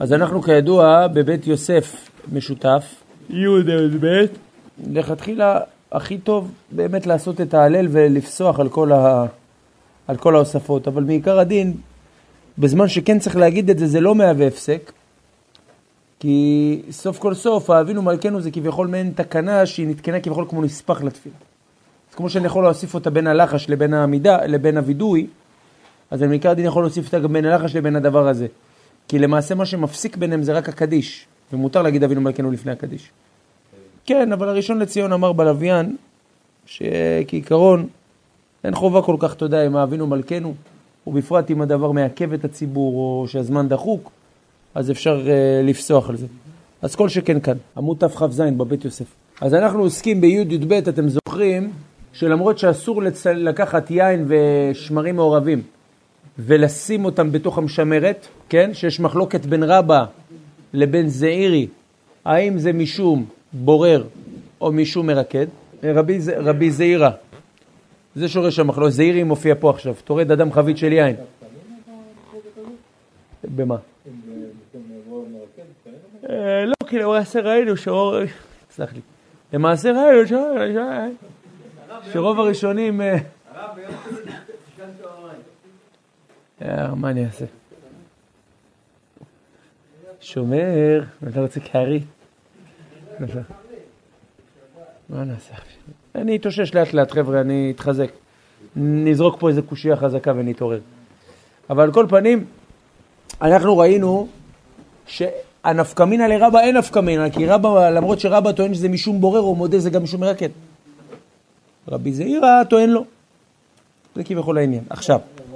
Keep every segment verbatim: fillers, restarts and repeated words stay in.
אז אנחנו כידוע בבית יוסף משותף, יהודה ובית, לכתחילה הכי טוב באמת לעשות את ההלל ולפסוח על כל, ה... על כל ההוספות, אבל מעיקר הדין, בזמן שכן צריך להגיד את זה, זה לא מהווה הפסק, כי סוף כל סוף, האבינו מלכנו זה כביכול מעין תקנה שהיא נתקנה כביכול כמו נספח לתפילה. אז כמו שאני יכול להוסיף אותה בין הלחש לבין העמידה, לבין הוידוי, אז אני מעיקר הדין יכול להוסיף אותה גם בין הלחש לבין הדבר הזה. כי למעשה מה שמפסיק ביניהם זה רק הקדיש, ומותר להגיד אבינו מלכנו לפני הקדיש. כן, אבל הראשון לציון אמר בלוויין, שכעיקרון אין חובה כל כך, תודה, עם אבינו מלכנו, ובפרט אם הדבר מעכב את הציבור, או שהזמן דחוק, אז אפשר uh, לפסוח על זה. אז כל שכן כאן, עמוד תכ"ז בבית יוסף. אז אנחנו עוסקים בי' י"ב, אתם זוכרים, שלמרות שאסור לצ... לקחת יין ושמרים מעורבים, ולשים אותם בתוך המשמרת, כן? שיש מחלוקת בין רבא לבין זעירי, האם זה משום בורר או משום מרקד? רבי, רבי זעירה, זה שורש המחלוקת, זעירי מופיע פה עכשיו, תורד אדם חבית של יין. במה? לא, כי למעשה ראינו שרוב, סלח לי, למעשה ראינו שרוב הראשונים, מה אני אעשה? שומר, אתה רוצה קערי? מה נעשה? אני אתאושש לאט לאט, חבר'ה, אני אתחזק. נזרוק פה איזה קושיה חזקה ונתעורר. אבל על כל פנים, אנחנו ראינו שהנפקמינה לרבא אין נפקמינה, כי רבא, למרות שרבא טוען שזה משום בורר, או מודה זה גם משום מרקד. רבי זעירה טוען לו. זה כביכול העניין. עכשיו.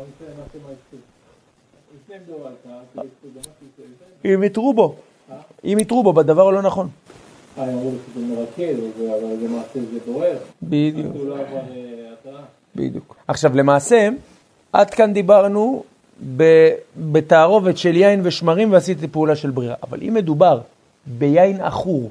אם יתרו בו. אם יתרו בו, בדבר לא נכון. אה, הם אמרו שזה מרקד, אבל זה מעשה זה בורר. בדיוק. בדיוק. עכשיו, למעשה, עד כאן דיברנו בתערובת של יין ושמרים ועשיתי פעולה של ברירה. אבל אם מדובר ביין אחור,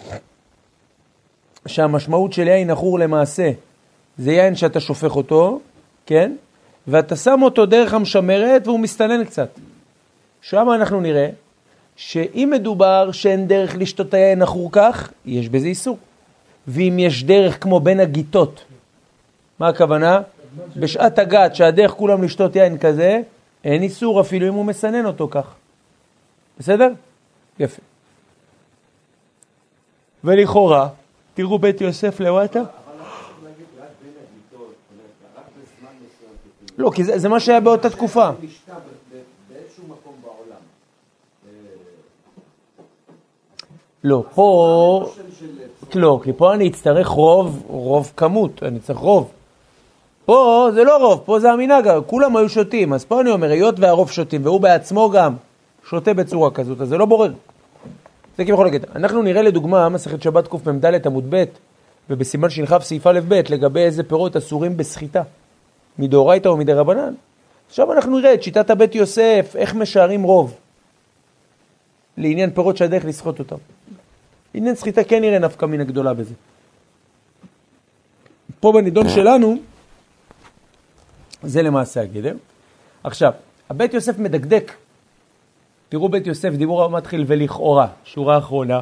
שהמשמעות של יין אחור למעשה, זה יין שאתה שופך אותו, כן? ואתה שם אותו דרך המשמרת והוא מסתנן קצת. שם אנחנו נראה שאם מדובר שאין דרך לשתות היין אחור כך, יש בזה איסור. ואם יש דרך כמו בין הגיטות, מה הכוונה? בשעת הגת שהדרך כולם לשתות יין כזה, אין איסור אפילו אם הוא מסנן אותו כך. בסדר? יפה. ולכאורה, תראו בית יוסף לוואטה. לא, כי זה, זה מה שהיה באותה תקופה. לא, פה, לא, כי פה אני אצטרך רוב, רוב כמות, אני צריך רוב. פה זה לא רוב, פה זה המנהג, כולם היו שותים, אז פה אני אומר, היות והרוב שותים, והוא בעצמו גם שותה בצורה כזאת, אז זה לא בורר. זה כביכול להגיד. אנחנו נראה לדוגמה, מסכת שבת קמ"ד עמוד ב', ובסימן שנחף סעיף א' ב', לגבי איזה פירות אסורים בסחיטה, מדאורייתא או מדרבנן. עכשיו אנחנו נראה את שיטת הבית יוסף, איך משערים רוב, לעניין פירות שהדרך לסחוט אותם. עניין סחיטה כן נראה נפקא מינה גדולה בזה. פה בנידון שלנו, זה למעשה הגדר. עכשיו, הבית יוסף מדקדק. תראו בית יוסף, דיבור מתחיל ולכאורה, שורה האחרונה.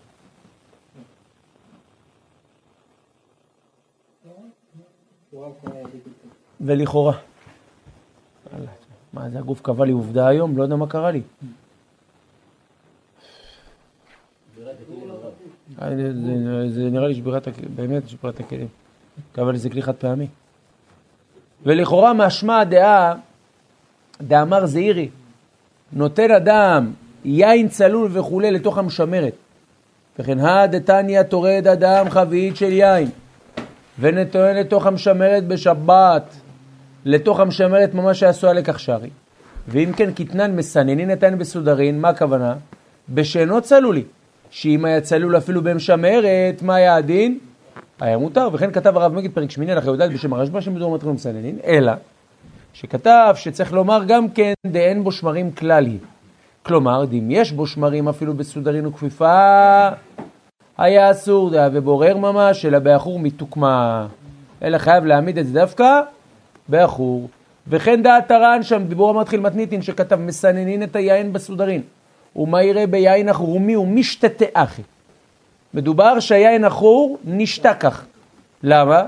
ולכאורה. מה, זה הגוף קבע לי עובדה היום? לא יודע מה קרה לי. זה נראה לי שבירת, באמת שבירת הכלים. קבע לי זה כלי חד פעמי. ולכאורה משמע הדעה, דאמר זעירי, נותן אדם יין צלול וכו' לתוך המשמרת. וכן הדתניא תורד אדם חבית של יין, ונטוען לתוך המשמרת בשבת, לתוך המשמרת ממש שעשויה לכך שרי. ואם כן קטנן מסננין נתן בסודרין, מה הכוונה? בשאינו צלולי, שאם היה צלול אפילו במשמרת, מה היה הדין? היה מותר, וכן כתב הרב מגיד פרק שמיני הלכה י"ד בשם הרשב"א שמדור מתחילים מסננין, אלא שכתב שצריך לומר גם כן דאין בו שמרים כללי. כלומר, אם יש בו שמרים אפילו בסודרין וכפיפה, היה אסור, דעה ובורר ממש, אלא באחור מתוקמה. אלא חייב להעמיד את זה דווקא באחור. וכן דעת הר"ן שם, דיבור המתחיל מתניתין, שכתב מסננין את היין בסודרין. ומה יראה ביין אחור, ומי הוא משתתה אחי. מדובר שהיין אחור נשתה כך. למה?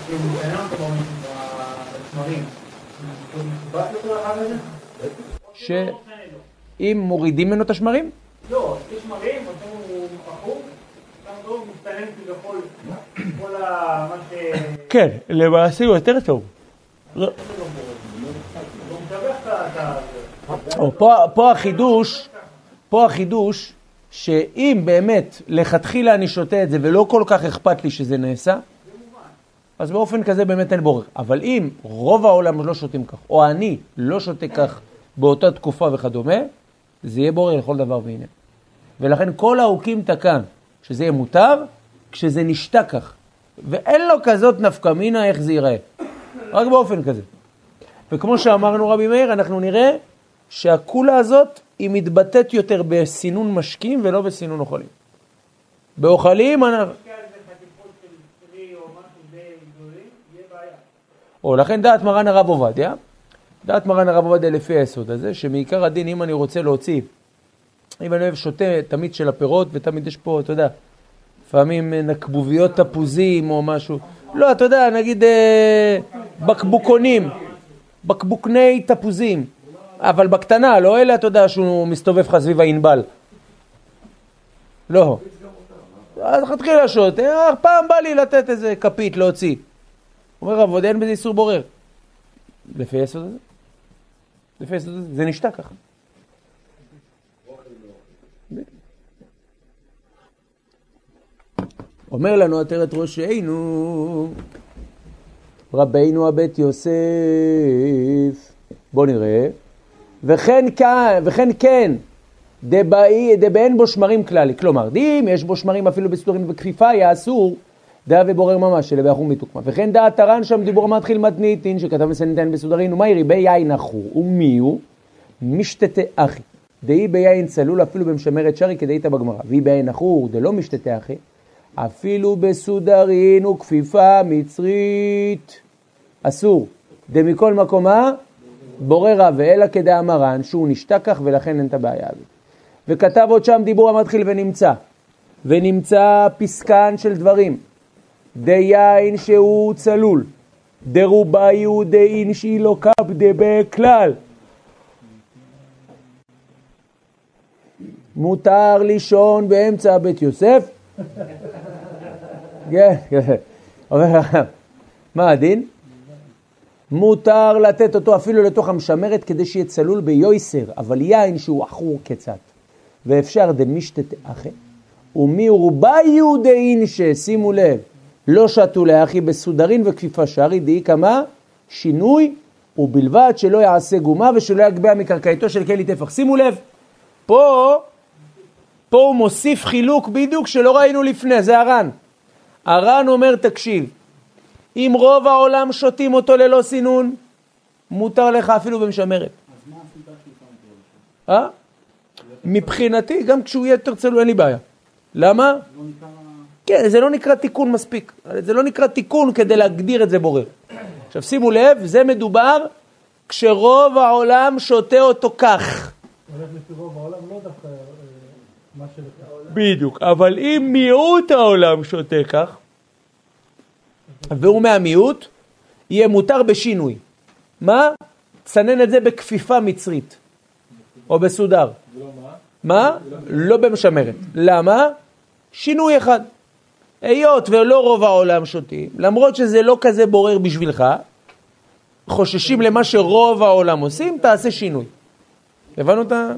שאם מורידים ממנו את השמרים? לא, יש שמרים, הוא אחור, גם טוב, מסתלם כביכול כל מה ש... כן, למעשה הוא יותר טוב. פה החידוש, פה החידוש, שאם באמת לכתחילה אני שותה את זה ולא כל כך אכפת לי שזה נעשה, אז באופן כזה באמת אין בורר. אבל אם רוב העולם לא שותים כך, או אני לא שותה כך באותה תקופה וכדומה, זה יהיה בורר לכל דבר ועניין. ולכן כל ההוקים תקן, שזה יהיה מותר, כשזה נשתה כך. ואין לו כזאת נפקא מינה איך זה ייראה. רק באופן כזה. וכמו שאמרנו רבי מאיר, אנחנו נראה שהכולה הזאת היא מתבטאת יותר בסינון משקים ולא בסינון אוכלים. באוכלים אנחנו... או לכן דעת מרן הרב עובדיה, דעת מרן הרב עובדיה לפי היסוד הזה, שמעיקר הדין אם אני רוצה להוציא, אם אני אוהב שותה תמיד של הפירות, ותמיד יש פה, אתה יודע, לפעמים נקבוביות תפוזים או משהו, לא, אתה יודע, נגיד אה, בקבוקונים, בקבוקני תפוזים, אבל בקטנה, לא אלה, אתה יודע, שהוא מסתובב לך סביב האינבל. לא. אז תתחיל לשוט, אה, פעם בא לי לתת איזה כפית להוציא. אומר רב עובדיה, אין בזה איסור בורר. לפי היסוד הזה? לפי היסוד הזה, זה נשתה ככה. אומר לנו עטרת ראשנו, רבינו הבית יוסף, בוא נראה, וכן כן, וכן כן, דבאי, דבאין בו שמרים כללי, כלומר, דים יש בו שמרים אפילו בסודרים וכפיפה, היה אסור, דעה ובורר ממש, שלבי אחור מתוקמה. וכן דעת הר"ן שם דיבור מתחיל מתניתין, שכתב מסניתן בסודרים, ומה ירי ביין אחור, ומי הוא? משתתה אחי. דהי ביין צלול אפילו במשמרת שרי כדאית בגמרא. והיא ביין אחור, דלא משתתה אחי. אפילו בסודרין וכפיפה מצרית. אסור. דמכל מקומה, בורר רב, אלא כדעה מרן, שהוא נשתה כך ולכן אין את הבעיה הזאת. וכתב עוד שם דיבור המתחיל ונמצא. ונמצא פסקן של דברים. דיין שהוא צלול, דרובי הוא דין שהיא לא קב דבכלל. מותר לישון באמצע בית יוסף? כן, כן. אומר לכם, מה הדין? מותר לתת אותו אפילו לתוך המשמרת כדי שיהיה צלול ביויסר, אבל יין שהוא אחור קצת. ואפשר דמשתת אחי. ומי רובי הוא דין ששימו לב. לא שתו לאחי בסודרין וכפיפה שרי, דהי כמה שינוי, ובלבד שלא יעשה גומה ושלא יגבע מקרקעיתו של כלי טפח. שימו לב, פה, פה הוא מוסיף חילוק בדיוק שלא ראינו לפני, זה הר"ן. הר"ן אומר, תקשיב, אם רוב העולם שותים אותו ללא סינון, מותר לך אפילו במשמרת. אז מה הסיבה שהוא אה? מבחינתי, גם כשהוא יהיה יותר צלול, אין לי בעיה. למה? כן, זה לא נקרא תיקון מספיק. זה לא נקרא תיקון כדי להגדיר את זה בורר. עכשיו שימו לב, זה מדובר כשרוב העולם שותה אותו כך. הולך לפי רוב העולם, לא דווקא מה שלך. בדיוק, אבל אם מיעוט העולם שותה כך, והוא מהמיעוט, יהיה מותר בשינוי. מה? צנן את זה בכפיפה מצרית. או בסודר. ולא מה? מה? לא במשמרת. למה? שינוי אחד. היות ולא רוב העולם שותים, למרות שזה לא כזה בורר בשבילך, חוששים למה שרוב העולם עושים, תעשה שינוי. הבנו את ה...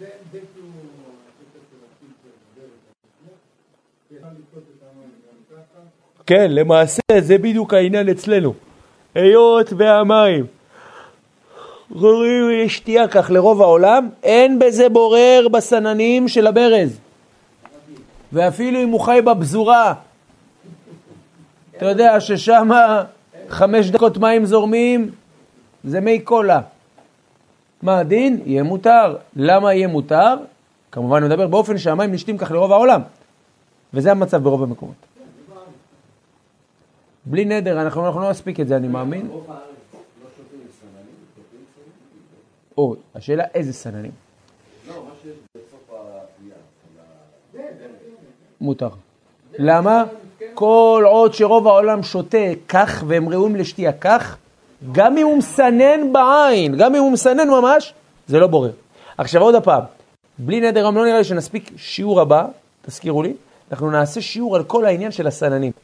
כן, למעשה זה בדיוק העניין אצלנו. היות והמים רואים שתייה כך לרוב העולם, אין בזה בורר בסננים של הברז. ואפילו אם הוא חי בבזורה, אתה יודע ששם חמש דקות מים זורמים, זה מי קולה. מה הדין? יהיה מותר. למה יהיה מותר? כמובן אני מדבר באופן שהמים נשתים כך לרוב העולם. וזה המצב ברוב המקומות. בלי נדר, אנחנו, אנחנו לא נספיק את זה, אני מאמין. או, השאלה איזה סננים? לא, מה שיש בסוף מותר. למה? כל עוד שרוב העולם שותה כך והם ראויים לשתייה כך, גם אם הוא מסנן בעין, גם אם הוא מסנן ממש, זה לא בורר. עכשיו עוד הפעם, בלי נדר, לא נראה לי שנספיק שיעור הבא, תזכירו לי, אנחנו נעשה שיעור על כל העניין של הסננים.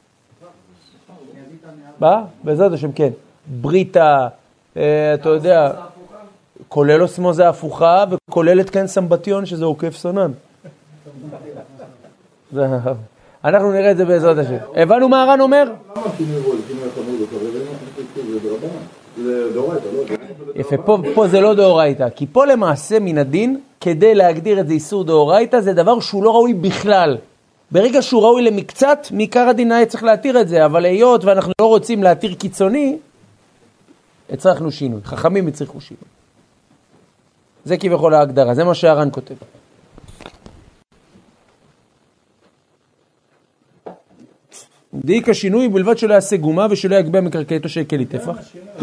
מה? בעזרת השם, כן. בריטה, אה, אתה יודע, כולל אוסמו זה הפוכה, וכולל את כן סמבטיון שזה עוקף סנן. אנחנו נראה את זה בעזרת השם. הבנו מה הר"ן אומר? יפה, פה זה לא דאורייתא, כי פה למעשה מן הדין, כדי להגדיר את זה איסור דאורייתא, זה דבר שהוא לא ראוי בכלל. ברגע שהוא ראוי למקצת, מעיקר הדין היה צריך להתיר את זה, אבל היות ואנחנו לא רוצים להתיר קיצוני, הצרכנו שינוי, חכמים הצריכו שינוי. זה כביכול ההגדרה, זה מה שהר"ן כותב. דיק השינוי בלבד שלא יעשה גומה ושלא יגביה מקרקעיתו שיקל טפח.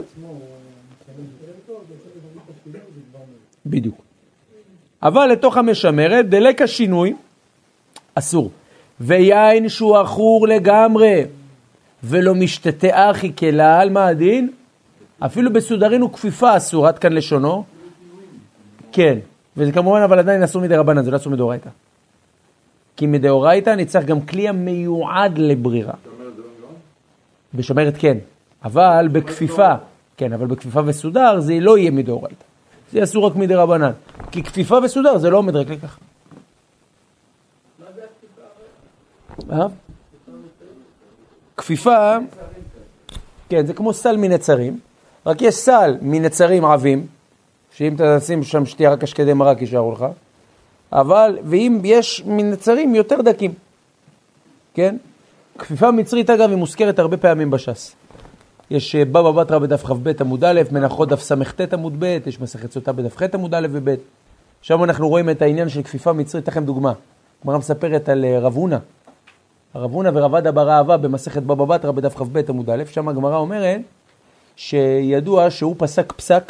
בדיוק. אבל לתוך המשמרת, דלק השינוי, אסור. ויין שהוא אחור לגמרי, ולא משתתה אחי כלל, מה הדין? אפילו בסודרין וכפיפה אסור, עד כאן לשונו. כן, וזה כמובן אבל עדיין אסור מדי רבנן, זה לא אסור מדאורייתא. כי מדאורייתא נצטרך גם כלי המיועד לברירה. בשמרת כן, אבל בכפיפה, כן, אבל בכפיפה וסודר זה לא יהיה מדאורייתא. זה אסור רק מדי רבנן. כי כפיפה וסודר זה לא עומד רק לכך. מה? כפיפה, כן, זה כמו סל מנצרים, רק יש סל מנצרים עבים, שאם תשים שם שתייה רק אשקדי מרק יישארו לך, אבל, ואם יש מנצרים יותר דקים, כן? כפיפה מצרית אגב היא מוזכרת הרבה פעמים בש"ס. יש בבא בתרא בדף כ"ב עמוד א', מנחות דף ס"ט עמוד ב', יש מסכת סוטה בדף ח' עמוד א' וב'. שם אנחנו רואים את העניין של כפיפה מצרית, לכם דוגמה. הגמרא מספרת על רב הונא. רב הונא ורב עדה בר אהבה במסכת בבא בתרא בדף כ"ב עמוד א', שם הגמרא אומרת שידוע שהוא פסק פסק,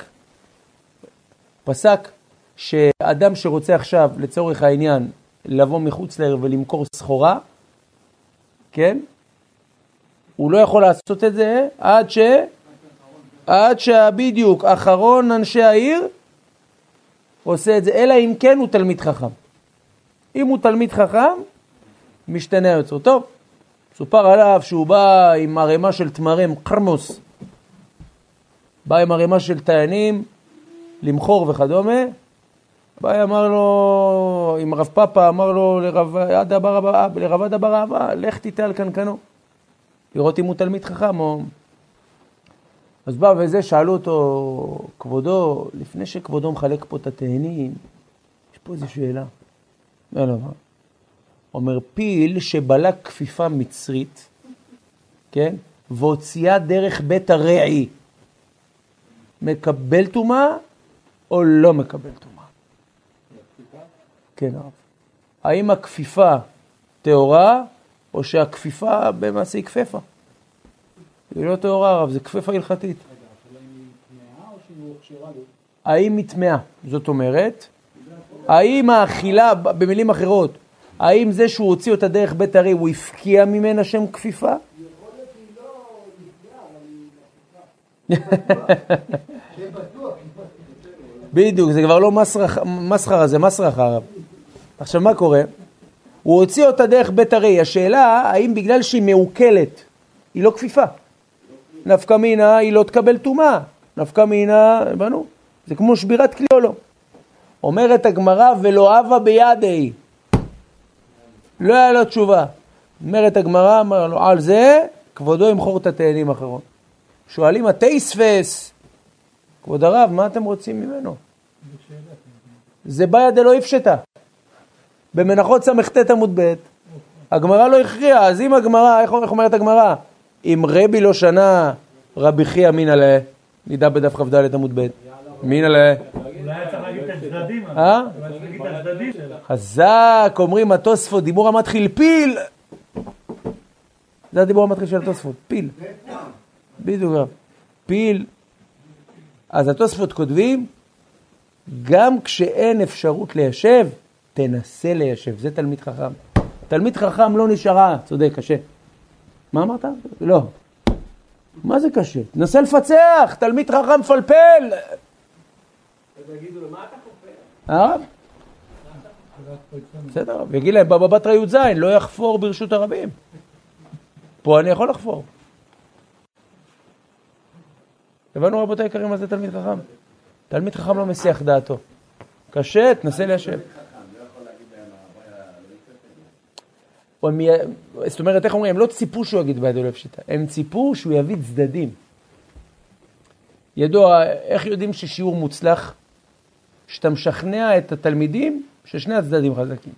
פסק שאדם שרוצה עכשיו לצורך העניין לבוא מחוץ לעיר ולמכור סחורה, כן? הוא לא יכול לעשות את זה עד ש... עד שבדיוק אחרון אנשי העיר עושה את זה, אלא אם כן הוא תלמיד חכם. אם הוא תלמיד חכם, משתנה היוצר. טוב, סופר עליו שהוא בא עם ערימה של תמרים, קרמוס, בא עם ערימה של תיינים, למחור וכדומה, בא אמר לו, עם רב פאפה, אמר לו לרב עדה בר אהבה, לך תיתה על קנקנו, לראות אם הוא תלמיד חכם או... אז בא וזה, שאלו אותו, כבודו, לפני שכבודו מחלק פה את התאנים, יש פה איזו שאלה. לא, לא, מה? אומר, פיל שבלק כפיפה מצרית, כן? והוציאה דרך בית הרעי, מקבל תומה או לא מקבל תומה? כן, הרב. האם הכפיפה תאורה, או שהכפיפה במעשה היא כפפה? היא לא תאורה, הרב, זה כפפה הלכתית. האם מתמאה? זאת אומרת, האם האכילה, במילים אחרות, האם זה שהוא הוציא אותה דרך בית הרי, הוא הפקיע ממנה שם כפיפה? יכול להיות שהיא לא נפגעה, אבל היא בטוח. בדיוק, זה כבר לא מסחרה, זה מסרח הרב. עכשיו מה קורה? הוא הוציא אותה דרך בית הרי. השאלה, האם בגלל שהיא מעוקלת, היא לא כפיפה? נפקא מינה, היא לא תקבל תומה. נפקא מינה, הבנו? זה כמו שבירת כלי או לא. אומרת הגמרא, ולא אבה בידי. לא היה לו תשובה. אומרת הגמרא, אמר לו, על זה, כבודו ימחור את התאנים אחרון. שואלים, התייספס. כבוד הרב, מה אתם רוצים ממנו? זה בעיה דלא יפשטה. במנחות סמכת עמוד ב' הגמרא לא הכריעה, אז אם הגמרא, איך אומרת הגמרא? אם רבי לא שנה, רבי חיה מין עלה, נדע בדף כ"ד עמוד ב' מין עלה. אולי היה צריך להגיד את הצדדים. אה? אולי צריך להגיד את הצדדים שלה. חזק, אומרים התוספות, דיבור המתחיל, פיל. זה הדיבור המתחיל של התוספות, פיל. בדיוק, פיל. אז התוספות כותבים, גם כשאין אפשרות ליישב, תנסה ליישב. זה תלמיד חכם. תלמיד חכם לא נשארה, צודק, קשה. מה אמרת? לא. מה זה קשה? תנסה לפצח, תלמיד חכם פלפל. אז יגידו לו, מה אתה חופר? הרב? בסדר, ויגיד להם, בבא בתרא י"ז, לא יחפור ברשות הרבים. פה אני יכול לחפור. הבנו רבותי יקרים, מה זה תלמיד חכם? תלמיד חכם לא מסיח דעתו. קשה, תנסה ליישב. זאת אומרת, איך אומרים? הם לא ציפו שהוא יגיד בידו לפשיטה, הם ציפו שהוא יביא צדדים. ידוע, איך יודעים ששיעור מוצלח? שאתה משכנע את התלמידים ששני הצדדים חזקים.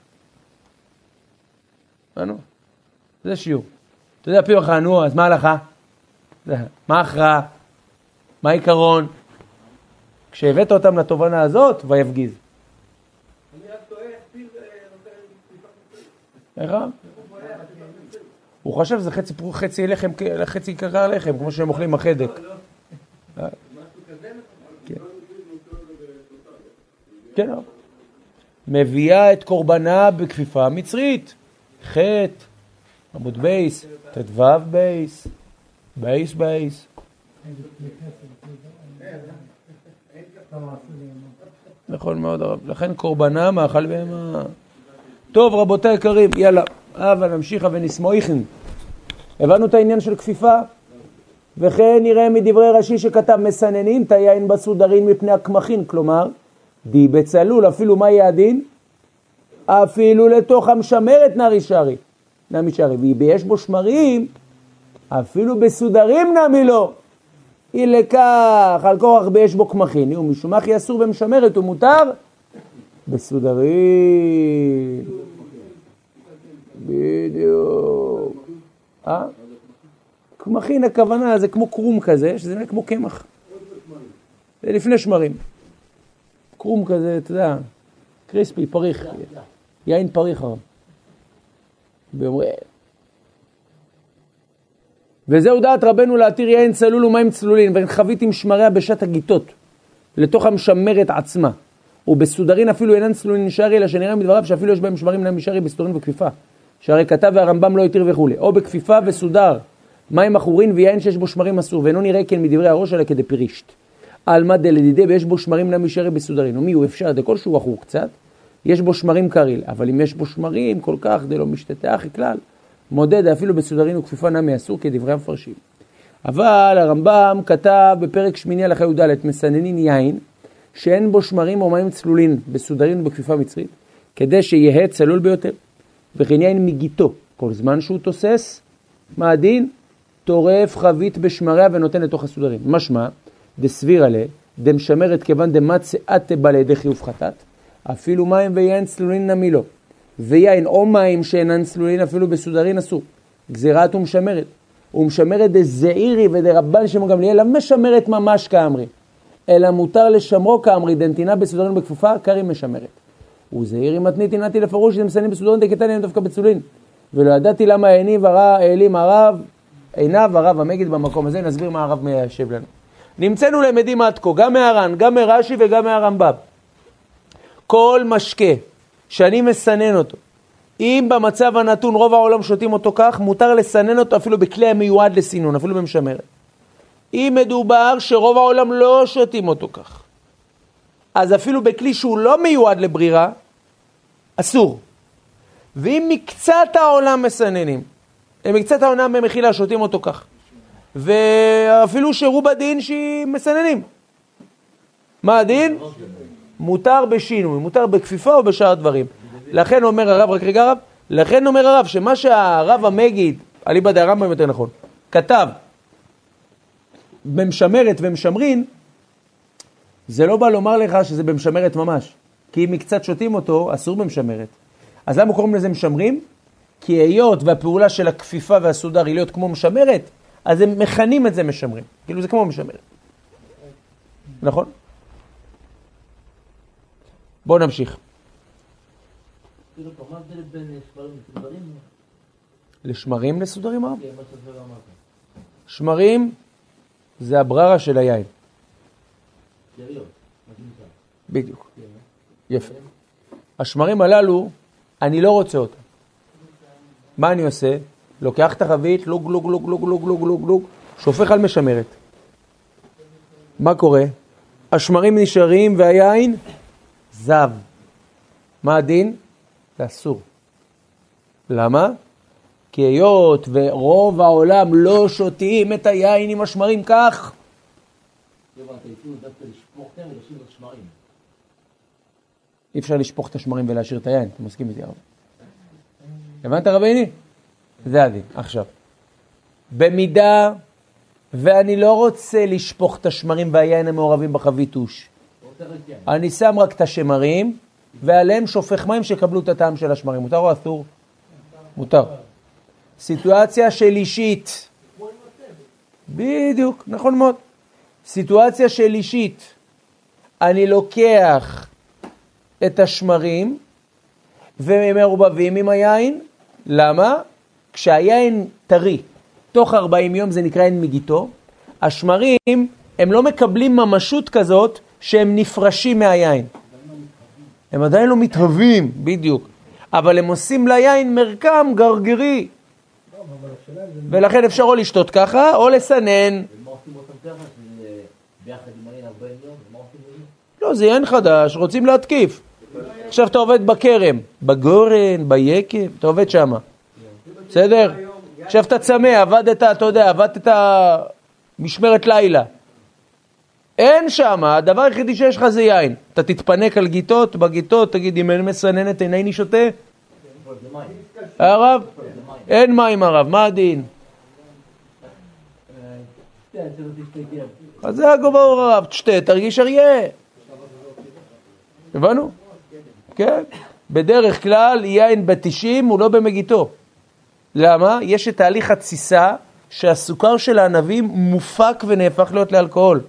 אנו? זה שיעור. אתה יודע, פיו חנו, אז מה הלכה? מה הכרעה? מה העיקרון? כשהבאת אותם לתובנה הזאת, ויפגיז. אני רק טועה, פיל נותן... איך? הוא חושב שזה חצי, חצי לחם, חצי קרקר לחם, כמו שהם אוכלים החדק. כן, מביאה את קורבנה בכפיפה מצרית. חטא, עמוד בייס, תתוו בייס, בייס בייס. נכון מאוד הרב. לכן קורבנה מאכל בהמה. טוב רבותיי יקרים, יאללה, הבה נמשיכה ונסמויכן. הבנו את העניין של כפיפה? וכן נראה מדברי רש"י שכתב מסננין את היין בסודרין מפני הקמחין, כלומר, די בצלול, אפילו מה יהיה הדין? אפילו לתוך המשמרת נמי שרי. נמי שרי, ויש בו שמרים, אפילו בסודרים נמי לו. אי לכך, על כוח ביש בו קמחין, ומשום מה אסור במשמרת ומותר בסודרים. בדיוק. אה? קמחין הכוונה זה כמו קרום כזה, שזה נראה כמו קמח. זה לפני שמרים. קרום כזה, אתה יודע, קריספי, פריך. יין פריך הרב. באומרי... וזהו דעת רבנו להתיר יין צלול ומים צלולין, וחבית עם שמריה בשעת הגיטות, לתוך המשמרת עצמה. ובסודרין אפילו אינן צלולין נשארי, אלא שנראה מדבריו שאפילו יש בהם שמרים נמי שרי בסודרין וכפיפה. שהרי כתב והרמב"ם לא יתיר וכו'. או בכפיפה וסודר, מים אחורין ויין שיש בו שמרים אסור, ואינו נראה כן מדברי הראש אלא כדי פירישת. על מה דלדידי ויש בו שמרים נמי שרי בסודרין. ומי הוא אפשר דכל שהוא אחור קצת, יש בו שמרים קריל, אבל אם יש בו שמרים כל כך דלא משתתח כלל, מודד אפילו בסודרין וכפיפה נמי אסור כדברי המפרשים. אבל הרמב"ם כתב בפרק שמיני הלכה י"ד מסננין יין שאין בו שמרים או מים צלולין בסודרין ובכפיפה מצרית, כדי שיהיה צלול ביותר. וכן יין מגיתו, כל זמן שהוא תוסס, מה הדין? טורף חבית בשמריה ונותן לתוך הסודרים. משמע, דסביר עליה, דמשמרת כיוון דמצאת בא לידי חיוב חטאת, אפילו מים ויין צלולין נמי לו. ויין או מים שאינן צלולין אפילו בסודרין אסור. גזירת ומשמרת. ומשמרת דזעירי ודרבן שמו גמליאל, לא משמרת ממש כאמרי, אלא מותר לשמרו כאמרי, דנתינה בסודרין בכפופה, קרי משמרת. וזעירי מתנית עינתי לפרוש, דמסנים בסודרין דקטן הם דווקא בצולין. ולא ידעתי למה העיניו העלים הרב, עיניו הרב המגיד במקום הזה, נסביר מה הרב מיישב לנו. נמצאנו למדים עד כה, גם מהר"ן, גם מרש"י וגם מהרמב"ם. כל משקה שאני מסנן אותו, אם במצב הנתון רוב העולם שותים אותו כך, מותר לסנן אותו אפילו בכלי המיועד לסינון, אפילו במשמרת. אם מדובר שרוב העולם לא שותים אותו כך, אז אפילו בכלי שהוא לא מיועד לברירה, אסור. ואם מקצת העולם מסננים, מקצת העולם במחילה שותים אותו כך, ואפילו שרוב הדין שהיא מסננים, מה הדין? מותר בשינוי, מותר בכפיפה או בשאר דברים. לכן אומר הרב, רק רגע הרב, לכן אומר הרב שמה שהרב המגיד, אליבא דהרמב"ם יותר נכון, כתב במשמרת ומשמרין, זה לא בא לומר לך שזה במשמרת ממש. כי אם מקצת שותים אותו, אסור במשמרת. אז למה קוראים לזה משמרים? כי היות והפעולה של הכפיפה והסודר היא להיות כמו משמרת, אז הם מכנים את זה משמרים. כאילו זה כמו משמרת. נכון? בואו נמשיך. לשמרים לסודרים הרב? שמרים זה הבררה של היין. בדיוק. יפה. השמרים הללו, אני לא רוצה אותם. מה אני עושה? לוקח את החבית, לוג, לוג, לוג, לוג, לוג, לוג, לוג, לוג, שופך על משמרת. מה קורה? השמרים נשארים והיין זב. מה הדין? זה אסור. למה? כי היות ורוב העולם לא שותים את היין עם השמרים כך. אי אפשר לשפוך את השמרים ולהשאיר את היין, אתה מסכים איתי הרבה? הבנת רביני? זה הדין. עכשיו, במידה ואני לא רוצה לשפוך את השמרים והיין המעורבים בחביתוש, אני שם רק את השמרים ועליהם שופך מים שקבלו את הטעם של השמרים. מותר או אסור? מותר. סיטואציה של אישית. בדיוק, נכון מאוד. סיטואציה של אישית. אני לוקח את השמרים ומעורבבים עם היין. למה? כשהיין טרי, תוך ארבעים יום זה נקרא יין מגיתו, השמרים הם לא מקבלים ממשות כזאת שהם נפרשים מהיין. הם עדיין לא מתהווים, בדיוק. אבל הם עושים ליין מרקם גרגרי. ולכן אפשר או לשתות ככה, או לסנן. ומה עושים אותם ככה? שזה ביחד עם היין ארבעים יום? ומה עושים אותם? לא, זה יין חדש, רוצים להתקיף. עכשיו אתה עובד בקרם, בגורן, ביקב, אתה עובד שם. בסדר? עכשיו אתה צמא, עבדת, אתה יודע, עבדת משמרת לילה. אין שם, הדבר היחידי שיש לך זה יין. אתה תתפנק על גיטות, בגיטות, תגיד, אם אין מסננת, איני שותה? הרב? אין מים הרב, מה הדין? אז זה הגובה הרב, תשתה, תרגיש אריה. הבנו? כן. בדרך כלל יין בתשעים הוא לא במגיתו. למה? יש את תהליך התסיסה שהסוכר של הענבים מופק ונהפך להיות לאלכוהול.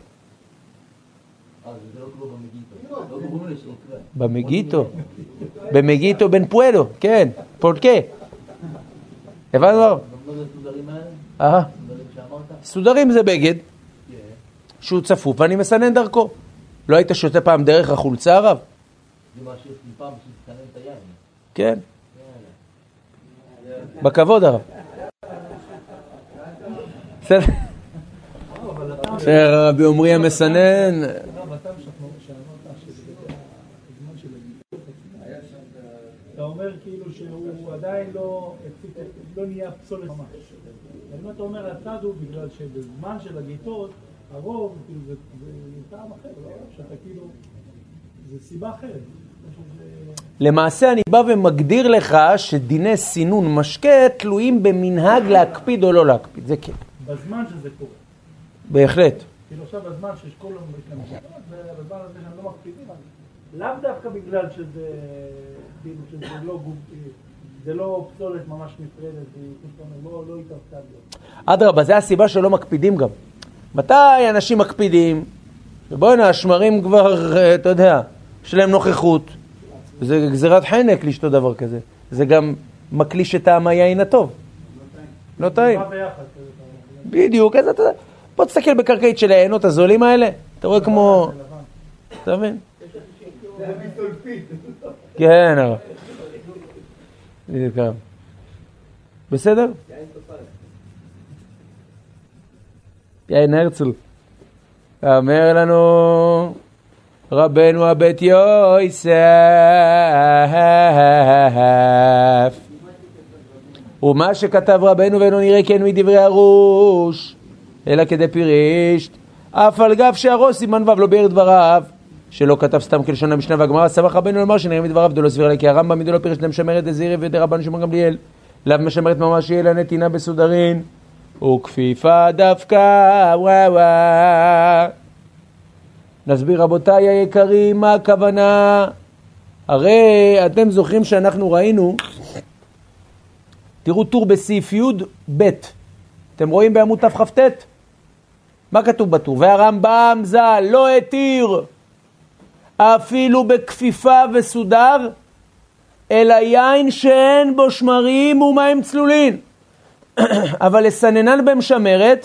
במגיטו. במגיטו בן פואלו, כן, פולקה. הבנו הרב? אה, סודרים זה בגד שהוא צפוף ואני מסנן דרכו. לא היית שותה פעם דרך החולצה הרב? זה מה שיש לי פעם שתסנן את היין. כן. בכבוד הרב. בסדר. רבי עמרי המסנן. אתה אומר כאילו שהוא עדיין לא נהיה פסולת ממש. ואם אתה אומר הצד הוא בגלל שבזמן של הגיטות, הרוב, זה טעם אחר, שאתה כאילו, זה סיבה אחרת. למעשה אני בא ומגדיר לך שדיני סינון משקה תלויים במנהג להקפיד או לא להקפיד, זה כן. בזמן שזה קורה. בהחלט. כאילו עכשיו בזמן שיש כל היום בזמן הזה שהם לא מקפידים, לאו דווקא בגלל שזה, כאילו שזה לא גוף, זה לא פסולת ממש נפרדת, לא, לא התאבקה להיות. אדרבה, זה הסיבה שלא מקפידים גם. מתי אנשים מקפידים? ובואו הנה, השמרים כבר, אתה יודע, יש להם נוכחות. זה גזירת חנק לשתות דבר כזה. זה גם מקליש את טעם היין הטוב. לא טעים. בדיוק, אז אתה יודע. בוא תסתכל בקרקעית של העיינות הזולים האלה. אתה רואה כמו... אתה מבין? זה הביטולפית. כן, הרב. בדיוק הרב. בסדר? יין הרצל. אומר לנו רבנו הבית יוסף ומה שכתב רבנו ואינו נראה כן מדברי הרוש אלא כדי פירשת אף על גב שהרוש סימן ו' לא ביאר דבריו שלא כתב סתם כלשון המשנה והגמרא סמך רבנו לומר שנראה מדבריו דלא סביר לה כי הרמב"ם מדלא פירש למשמרת דזירי ודי רבנו שמעון גמליאל לאו משמרת ממש יהיה לה נתינה בסודרין וכפיפה דווקא וואו וואו. נסביר רבותיי היקרים מה הכוונה. הרי אתם זוכרים שאנחנו ראינו, תראו טור בסעיף י' ב', אתם רואים בעמוד תכ"ט? מה כתוב בטור? והרמב"ם ז"ל לא התיר אפילו בכפיפה וסודר אלא יין שאין בו שמרים ומים צלולין אבל לסננן במשמרת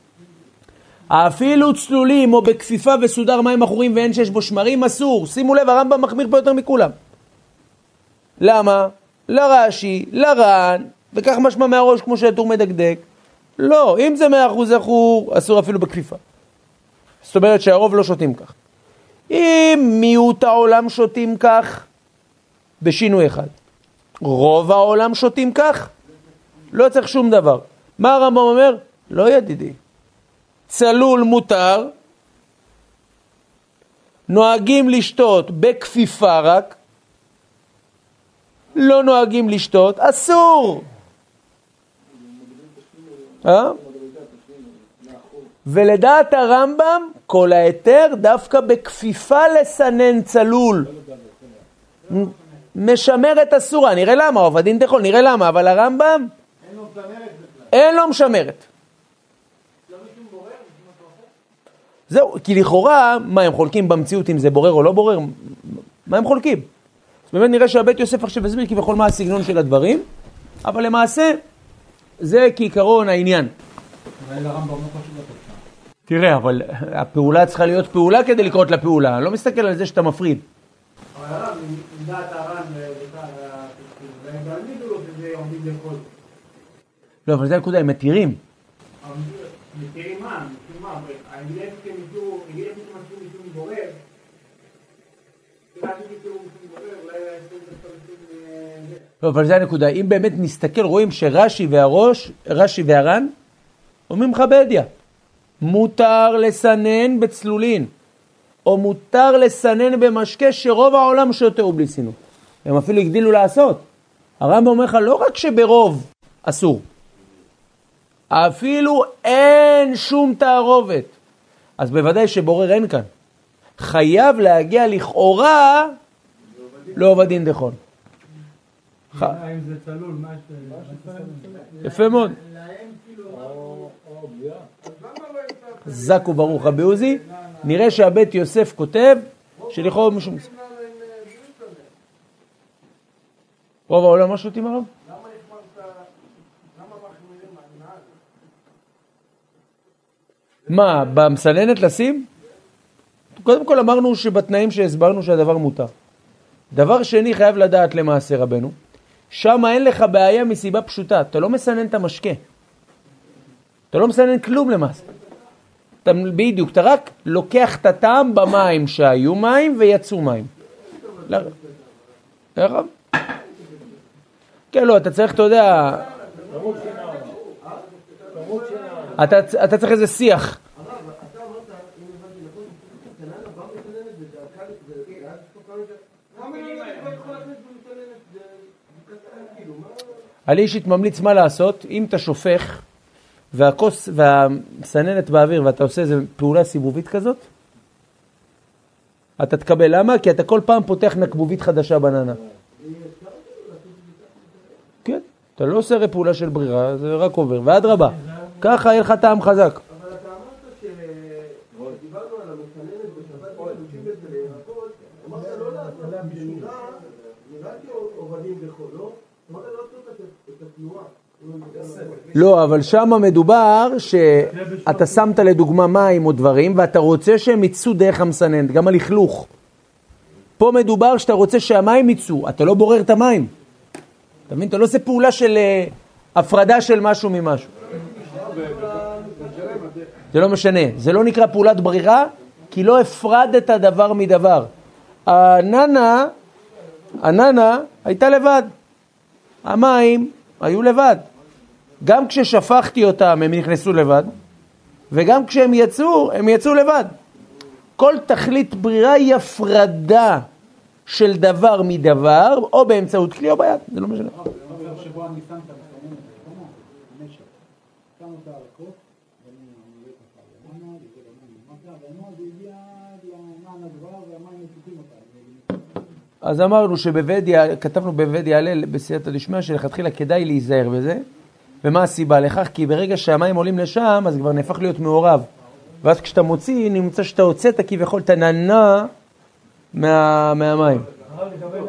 אפילו צלולים או בכפיפה וסודר מים אחורים ואין שיש בו שמרים אסור. שימו לב, הרמב"ם מחמיר פה יותר מכולם. למה? לרש"י, לר"ן, וכך משמע מהראש כמו שהטור מדקדק. לא, אם זה מאה אחוז זכור, אסור אפילו בכפיפה. זאת אומרת שהרוב לא שותים כך. אם מיעוט העולם שותים כך, בשינוי אחד. רוב העולם שותים כך, לא צריך שום דבר. מה הרמב"ם אומר? לא ידידי. צלול מותר, נוהגים לשתות בכפיפה רק, לא נוהגים לשתות, אסור. אה? ולדעת הרמב"ם, כל היתר דווקא בכפיפה לסנן צלול. משמר את אסורה, נראה למה, עובדין דחול, נראה למה, אבל הרמב"ם אין לו משמרת. זהו, כי לכאורה, מה הם חולקים במציאות אם זה בורר או לא בורר? מה הם חולקים? אז באמת נראה שהבית יוסף עכשיו הסביר כבכל מה הסגנון של הדברים, אבל למעשה זה כעיקרון העניין. תראה, אבל הפעולה צריכה להיות פעולה כדי לקרות לפעולה, אני לא מסתכל על זה שאתה מפריד. אבל הרב, עם דעת הר"ן והם תלמידו לו שזה עומדים לכל. לא, אבל זה הנקודה, הם מתירים. מתירים מה? מתירים מה? אני אגיד איפה שהם יצאו, אני אגיד איפה שהם עשו משום בורר, אולי שתצאו משום בורר, אולי יעשו את זה. לא, אבל זה הנקודה, אם באמת נסתכל, רואים שרש"י והראש, רש"י והר"ן, אומרים לך בידיעה, מותר לסנן בצלולין, או מותר לסנן במשקה שרוב העולם שותהו בלי סינון. הם אפילו הגדילו לעשות. הרמב"ם אומר לך, לא רק שברוב אסור, אפילו אין שום תערובת. אז בוודאי שבורר אין כאן. חייב להגיע לכאורה לעובדין דחול. אם זה צלול, מה ש... יפה מאוד. זק וברוך רבי עוזי. נראה שהבית יוסף כותב שלכאורה משום... רוב העולם מה שותים הרב? מה, במסננת לשים? קודם כל אמרנו שבתנאים שהסברנו שהדבר מותר. דבר שני חייב לדעת למעשה רבנו, שם אין לך בעיה מסיבה פשוטה, אתה לא מסנן את המשקה. אתה לא מסנן כלום למעשה. אתה, בדיוק, אתה רק לוקח את הטעם במים שהיו מים ויצאו מים. לרב? כן, לא, אתה צריך, אתה יודע... אתה, אתה צריך איזה שיח. אני אישית ממליץ מה לעשות, אם אתה שופך והכוס והסננת באוויר ואתה עושה איזו פעולה סיבובית כזאת, אתה תקבל. למה? כי אתה כל פעם פותח נקבובית חדשה בננה. כן, אתה לא עושה פעולה של ברירה, זה רק עובר, ועד רבה. ככה יהיה לך טעם חזק. אבל אתה אמרת שדיברנו על המסננת בשבת ולושים את זה לירקות, אמרת לא לעשות בשורה, נראה כי עובדים בכל, לא? אמרת לא לעשות את התנועה. לא, אבל שם מדובר שאתה שמת לדוגמה מים או דברים, ואתה רוצה שהם יצאו דרך המסננת, גם הלכלוך. פה מדובר שאתה רוצה שהמים יצאו, אתה לא בורר את המים. אתה מבין? אתה לא עושה פעולה של הפרדה של משהו ממשהו. זה לא משנה, זה לא נקרא פעולת ברירה, כי לא הפרדת דבר מדבר. הננה, הננה הייתה לבד. המים היו לבד. גם כששפכתי אותם הם נכנסו לבד, וגם כשהם יצאו, הם יצאו לבד. כל תכלית ברירה היא הפרדה של דבר מדבר, או באמצעות כלי או ביד, זה לא משנה. שבו אני שם את המסננת, נשק, שם אותה על הכוס, ואני מלא את הפעלה, למה? זה למה? והנוע זה הגיע למען הדבר, והמים מפותים אותה. אז אמרנו שבבדיה, כתבנו בבדיה הלל בסייעתא דשמיא, שלכתחילה כדאי להיזהר בזה, ומה הסיבה לכך? כי ברגע שהמים עולים לשם, אז כבר נהפך להיות מעורב. ואז כשאתה מוציא, נמצא שאתה הוצאת כביכול את הננה מה, מהמים. בוא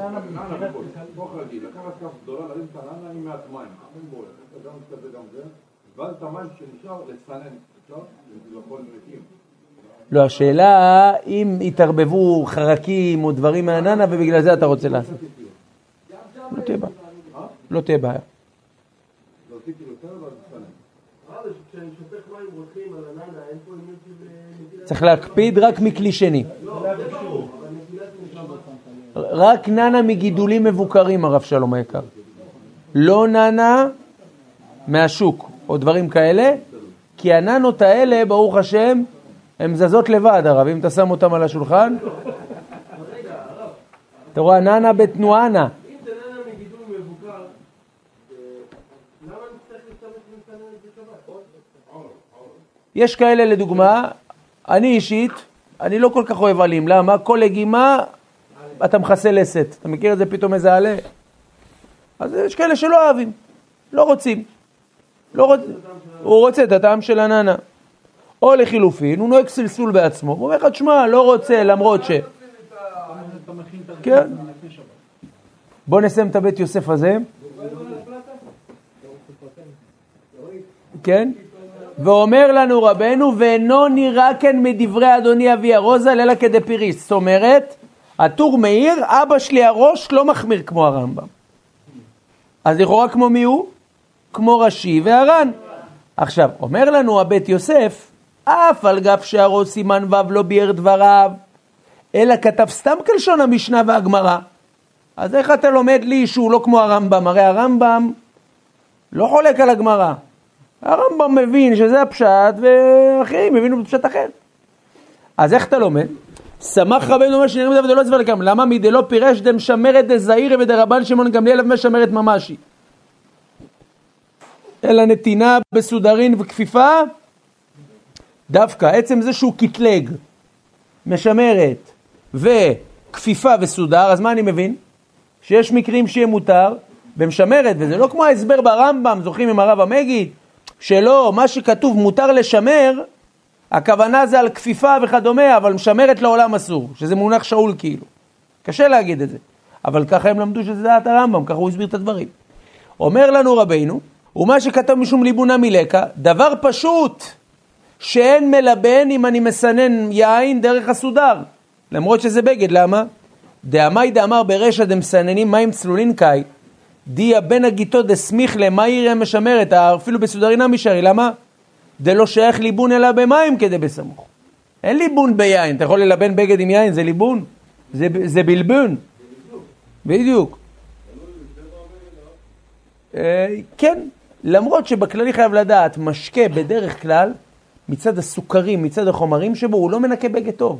רגיל, לקחת כף גדולה, להרים את הננה עם מעט מים, אין בו, גם כזה גם זה, ואז את המים שנשאר לסנן, אפשר? זה יכול לריקים. לא, השאלה אם התערבבו חרקים או דברים מהננה, ובגלל זה אתה רוצה לעשות. לא תהיה בעיה. לא תהיה בעיה. להוציא כאילו יותר ואז לסנן. אבל כשאני שופך מים רותחים על הננה, אין פה עניין של נטילת... צריך להקפיד רק מכלי שני. לא, זה ברור, אבל נטילת נשמה. רק ננה מגידולים מבוקרים, הרב שלום היקר. לא ננה מהשוק או דברים כאלה, כי הננות האלה, ברוך השם, הן זזות לבד, הרב. אם אתה שם אותם על השולחן, אתה רואה, ננה בתנועה נע. אם זה ננה מגידול מבוקר, למה נצטרך להשתמש במסננת בשבת? יש כאלה לדוגמה, אני אישית, אני לא כל כך אוהב עלים. למה? כל לגימה אתה מכסה לסת. אתה מכיר את זה פתאום איזה עלה? אז יש כאלה שלא אוהבים, לא רוצים. לא רוצ... הוא רוצה את הטעם של הננה. או לחילופין, הוא נוהג סלסול בעצמו. הוא אומר לך, תשמע, לא רוצה, למרות ש... כן. בוא נסיים את הבית יוסף הזה. כן. ואומר לנו רבנו, ואינו נראה כן מדברי אדוני אבי ארוזה, אלא כדפיריס. זאת אומרת, הטור מאיר, אבא שלי הראש לא מחמיר כמו הרמב"ם. אז לכאורה כמו מי הוא? כמו רש"י והר"ן. עכשיו, אומר לנו הבית יוסף, אף על גב שהראש סימן ו' לא ביאר דבריו, אלא כתב סתם כלשון המשנה והגמרא. אז איך אתה לומד לי שהוא לא כמו הרמב"ם? הרי הרמב"ם לא חולק על הגמרא. הרמב"ם מבין שזה הפשט, ואחרים מבינו בפשט אחר. אז איך אתה לומד? שמח רבנו אומר שנראים דוד ולא צבר לכם. למה? מדלא פירש דם שמרת דזעירי ודרבן שמעון גמליאל ומשמרת ממשי. אלא נתינה בסודרין וכפיפה, דווקא עצם זה שהוא קטלג, משמרת וכפיפה וסודר, אז מה אני מבין? שיש מקרים שיהיה מותר במשמרת, וזה לא כמו ההסבר ברמב"ם, זוכרים עם הרב המגיד, שלא, מה שכתוב מותר לשמר, הכוונה זה על כפיפה וכדומה, אבל משמרת לעולם אסור, שזה מונח שאול כאילו. קשה להגיד את זה. אבל ככה הם למדו שזה דעת הרמב"ם, ככה הוא הסביר את הדברים. אומר לנו רבינו, ומה שכתב משום ליבונה מלקה, דבר פשוט, שאין מלבן אם אני מסנן יין דרך הסודר. למרות שזה בגד, למה? דאמי דאמר ברשע דמסננים מים צלולין קאי, דיה בין הגיטות דסמיך למאיר המשמרת, אפילו בסודרינה משארי, למה? דלא שייך ליבון אלא במים כדי בסמוך. אין ליבון ביין, אתה יכול ללבן בגד עם יין, זה ליבון, זה, זה בלבון. בדיוק. אה, כן, למרות שבכללי חייב לדעת, משקה בדרך כלל, מצד הסוכרים, מצד החומרים שבו, הוא לא מנקה בגד טוב.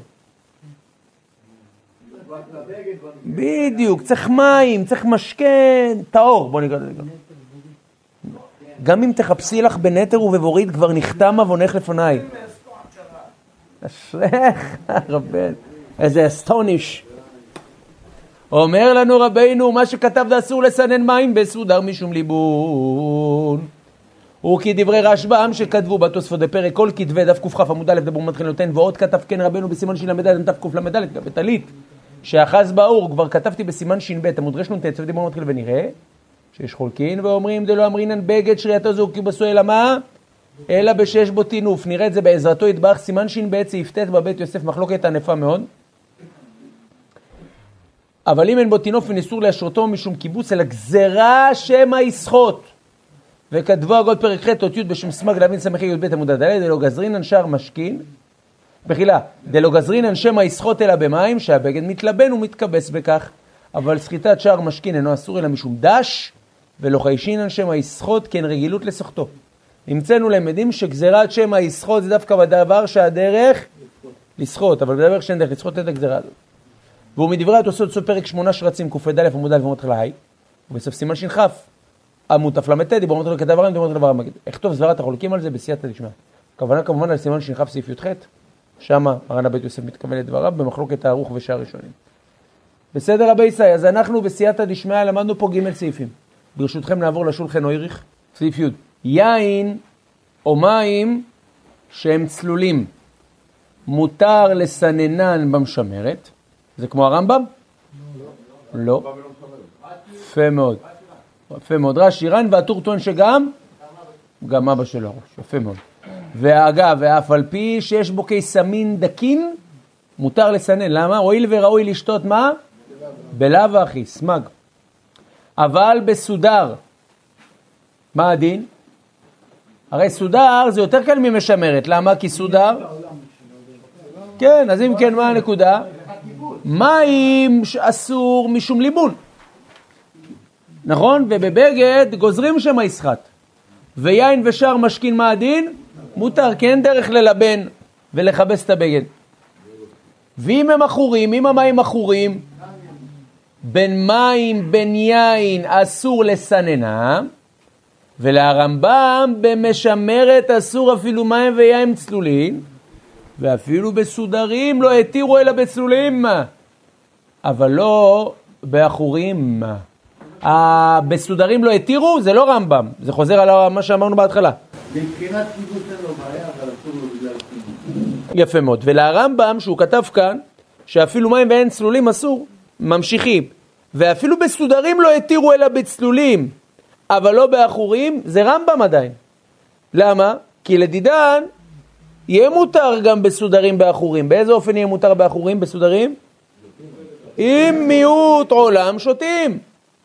בדיוק, צריך מים, צריך משקה טהור, בוא נקרא לזה גם. גם אם תחפשי לך בנטר ובבורית, כבר נחתם אבונך לפניי. אשריך, רבן, איזה אסטוניש. אומר לנו רבינו, מה שכתב זה אסור לסנן מים בסודר משום ליבון. וכדברי רשב"ם שכתבו בתוספות בפרק כל כתבי דף קכ"ח עמוד א' דבור מתחיל נותן, ועוד כתב כן רבנו בסימן של"ד דף קל"ד בתלית שאחז באור, כבר כתבתי בסימן ש"ב עמוד רש נ"ט דבור מתחיל, ונראה שיש חולקין ואומרים דלא אמרינן בגד שריעתו זו כיבסו אלא מה? אלא בשש בו תינוף. נראה את זה בעזרתו יתברך סימן ש"ב סעיף ט' בבית יוסף, מחלוקת ענפה מאוד. אבל אם אין בו תינוף וניסור להשרותו משום קיבוץ, אלא גזרה שמה יסחוט. וכתבו הגוד פרק ח' תות י' בשם סמג להבין סמכי י' ב' עמוד ד', דלא גזרינן שער משכין, בחילה, דלא גזרינן שמה יסחוט אלא במים, שהבגד מתלבן ומתקבס בכך, אבל סחיטת שער משכין אינו אסור אלא משום דש, ולא חיישינן שמה יסחוט כן רגילות לסחטו. נמצאנו למדים שגזירת שמה יסחוט זה דווקא בדבר שהדרך לסחוט, אבל בדבר שאין דרך לסחוט את הגזירה הזאת. והוא מדברי התוספות סוף פרק שמונה שרצים ק"ד עמוד א' ומתחיל להי, ובסוף סימן ש"כ עמוד ת"ל"ט דיבור מתחיל כתב הר"ן דיבור מתחיל דבר המגיד. אכתוב סברת החולקים על זה בסייעתא דשמיא. הכוונה כמובן על סימן ש"כ סעיף י"ח, שמה הר"ן הבית יוסף מתכוון לדבריו במחלוקת הערוך ושער ראשונים. בסדר רבי ישראל, אז אנחנו בסייעתא דשמיא למדנו פה ג' סעיפים. ברשותכם נעבור לשולחן אויריך, סעיף י'. יין או מים שהם צלולים מותר לסננן במשמרת. זה כמו הרמב"ם? לא. יפה מאוד. יפה מאוד. רש"י ר"ן והטור טוען שגם? גם אבא שלו הראש. יפה מאוד. ואגב, ואף על פי שיש בו קיסמין דקין, מותר לסנן. למה? הואיל וראוי לשתות מה? בלאו הכי, סמג. אבל בסודר, מה הדין? הרי סודר זה יותר קל ממשמרת. למה? כי סודר... כן, אז אם כן, מה הנקודה? מים אסור משום ליבון. נכון? ובבגד גוזרים שם ישחט. ויין ושר משכין מה הדין? מותר, כן דרך ללבן ולחבס את הבגד. ואם הם אחורים, אם המים אחורים, בין מים, בין יין אסור לסננם, ולרמב"ם במשמרת אסור אפילו מים ויין צלולין, ואפילו בסודרים לא התירו אלא בצלולים, אבל לא באחורים. בסודרים לא התירו, זה לא רמב"ם, זה חוזר על מה שאמרנו בהתחלה. מבחינת קיבוץ אין לו בעיה, אבל אסור לו בגלל קיבוץ. יפה מאוד. ולרמב"ם שהוא כתב כאן, שאפילו מים ואין צלולים אסור, ממשיכים. ואפילו בסודרים לא התירו אלא בצלולים, אבל לא באחורים, זה רמב"ם עדיין. למה? כי לדידן יהיה מותר גם בסודרים באחורים. באיזה אופן יהיה מותר באחורים בסודרים? עם מיעוט עולם שותים.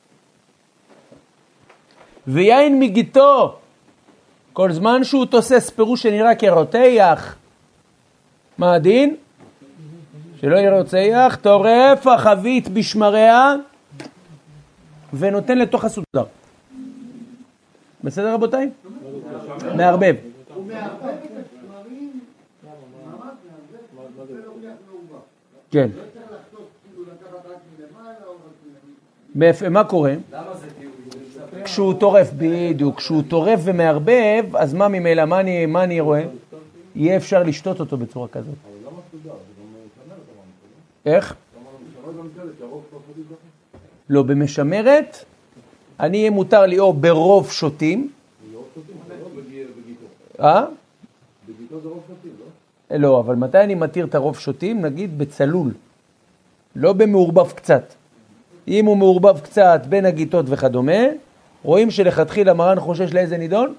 ויין מגיתו, כל זמן שהוא תוסס פירוש שנראה כרותח, מה הדין? שלא יהיה רוצח, טורף החבית בשמריה ונותן לתוך הסודר. בסדר רבותיי? מערבב. הוא מערבב את השמרים, ממש מערבב, ולוקח מעובר. כן. לא צריך לחתוך, כאילו לקחת רק מלמעלה או רק מלמעלה. מה קורה? כשהוא טורף, בדיוק, כשהוא טורף ומערבב, אז מה ממילא, מה אני, מה אני רואה? יהיה אפשר לשתות אותו בצורה כזאת. איך? לא, במשמרת, אני יהיה מותר לי או ברוב שותים. אה? בגיטו זה רוב שותים, לא? לא, אבל מתי אני מתיר את הרוב שותים? נגיד בצלול. לא במעורבב קצת. אם הוא מעורבב קצת בין הגיטות וכדומה, רואים שלכתחילה מרן חושש לאיזה נידון?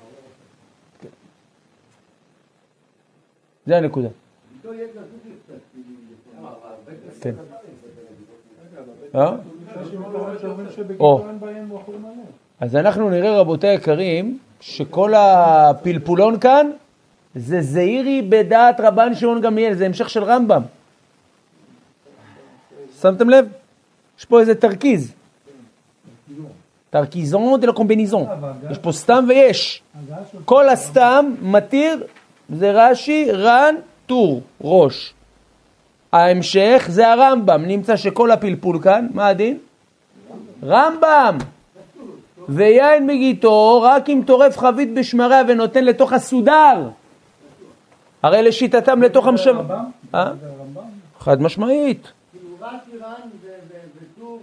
זה הנקודה. כן. אה? אז אנחנו נראה רבותי יקרים שכל הפלפולון כאן זה זהירי בדעת רבן שמעון גמליאל, זה המשך של רמב"ם. שמתם לב? יש פה איזה תרכיז. תרכיזון de la combinaison. יש פה סתם ויש. כל הסתם מתיר זה רש"י, ר"ן, טור, ראש. ההמשך זה הרמב"ם. נמצא שכל הפלפול כאן, מה הדין? רמב"ם. ויין מגיתו רק אם טורף חבית בשמריה ונותן לתוך הסודר. הרי לשיטתם לתוך המשם... אה? חד משמעית. כאילו רק איראן וטור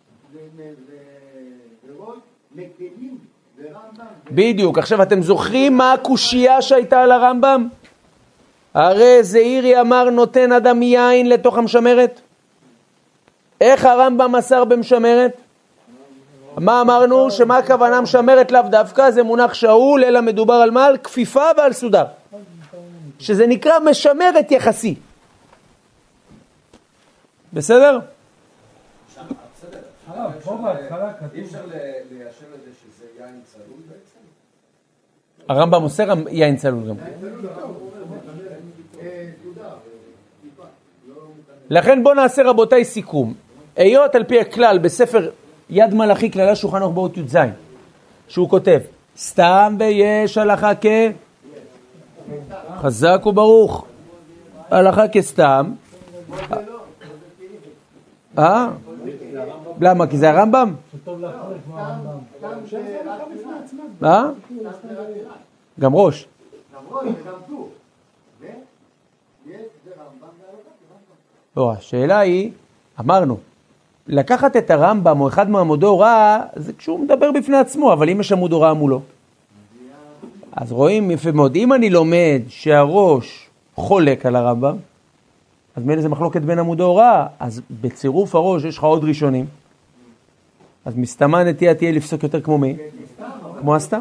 וראש מקלים ורמב"ם. בדיוק. עכשיו אתם זוכרים מה הקושייה שהייתה על הרמב"ם? הרי זעירי אמר נותן אדם יין לתוך המשמרת. איך הרמב"ם מסר במשמרת? מה אמרנו? שמה הכוונה משמרת לאו דווקא? זה מונח שאול, אלא מדובר על מה? על כפיפה ועל סודר. שזה נקרא משמרת יחסי. בסדר? אי אפשר ליישב את זה שזה יין צלול בעצם? הרמב"ם מוסר יין צלול גם. לכן בוא נעשה רבותיי סיכום. היות על פי הכלל בספר יד מלאכי כללה שולחן ערוך באות י"ז, שהוא כותב סתם ויש הלכה כ... חזק וברוך. הלכה כסתם. אה? למה? כי זה הרמב"ם? אה? גם ראש. לא, השאלה היא, אמרנו, לקחת את הרמב"ם או אחד מעמודי הוראה, זה כשהוא מדבר בפני עצמו, אבל אם יש עמוד הוראה מולו. אז רואים יפה מאוד, אם אני לומד שהראש חולק על הרמב"ם, אז מאלה זה מחלוקת בין עמודי הוראה, אז בצירוף הראש יש לך עוד ראשונים, אז מסתמה נטייה תהיה לפסוק יותר כמו מי? כמו הסתם?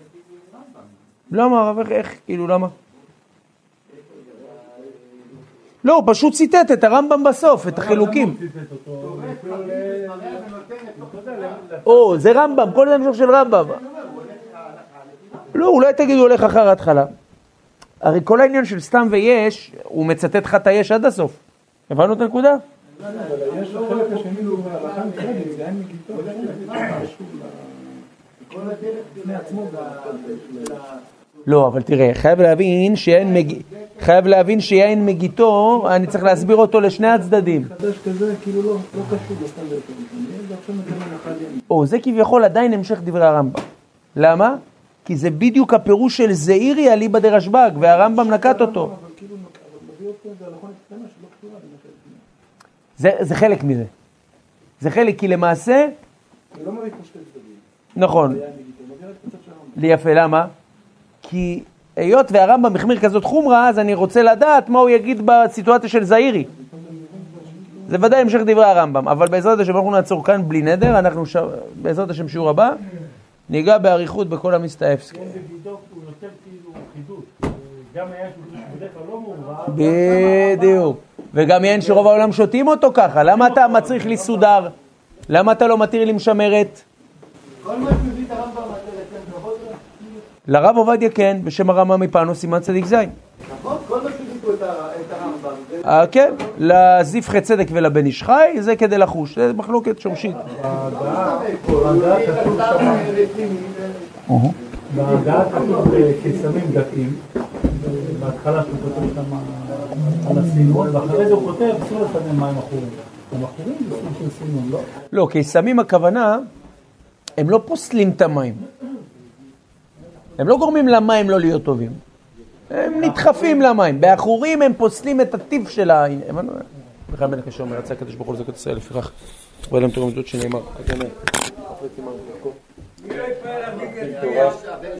למה? איך, כאילו, למה? לא, הוא פשוט ציטט את הרמב"ם בסוף, את החילוקים. או, זה רמב"ם, כל זה המשך של רמב"ם. לא, אולי תגידו הולך אחר ההתחלה. הרי כל העניין של סתם ויש, הוא מצטט חת היש עד הסוף. הבנו את הנקודה? יש חלק השני הוא בהלכה נפרדת, זה אין מגיתו. כל הדרך בפני עצמו. לא, אבל תראה, חייב להבין שאין מג... חייב להבין שאין מגיתו, אני צריך להסביר אותו לשני הצדדים. חדש כזה, כאילו לא, לא קשור לסתם ויותר. זה עכשיו נתן לך עליהם. או, זה כביכול עדיין המשך דברי הרמב"ם. למה? כי זה בדיוק הפירוש של זעירי אליבא דרשב"ג, והרמב"ם נקט אותו. אבל כאילו, אבל מביא אותו, זה הלכון הקטנה שלא קשורה. זה, זה חלק מזה. זה חלק, כי למעשה... אני לא מביא פה שתי צדדים. נכון. ליפה, למה? כי היות והרמב"ם מחמיר כזאת חומרה, אז אני רוצה לדעת מה הוא יגיד בסיטואציה של זעירי. זה ודאי המשך דברי הרמב"ם, אבל בעזרת השם אנחנו נעצור כאן בלי נדר, אנחנו ש... בעזרת השם שיעור הבא, ניגע באריכות בכל המסתעפסקי. כן, בדיוק הוא יותר כאילו חידוש. גם היה שהוא בדרך כלל לא מעורב. בדיוק. וגם יין שרוב העולם שותים אותו ככה. למה אתה מצריך לי סודר? למה אתה לא מתיר לי משמרת? כל מה שמביא את הרמב"ם הזה לכם כבוד לו? לרב עובדיה כן, בשם הרמב"ם מפנו סימן צדיק זין. נכון? כל מה שמביא פה את הרמב"ם. אה, כן, לזבחי צדק ולבן איש חי, זה כדי לחוש, זה מחלוקת שורשית. בהגעה כתוב קיסמים דתיים, בהתחלה שהוא כותב שם על הסינון, ואחרי זה הוא כותב, אסור לסנן מים אחורים. המחורים זה סוג של סינון, לא? לא, קיסמים הכוונה, הם לא פוסלים את המים. הם לא גורמים למים לא להיות טובים. הם נדחפים למים. באחורים הם פוסלים את הטיב של העין. בכלל בן הקשר אומר, רצה הקדוש ברוך הוא לזכות ישראל, לפיכך, תכבד להם תורה ומצוות שנאמר.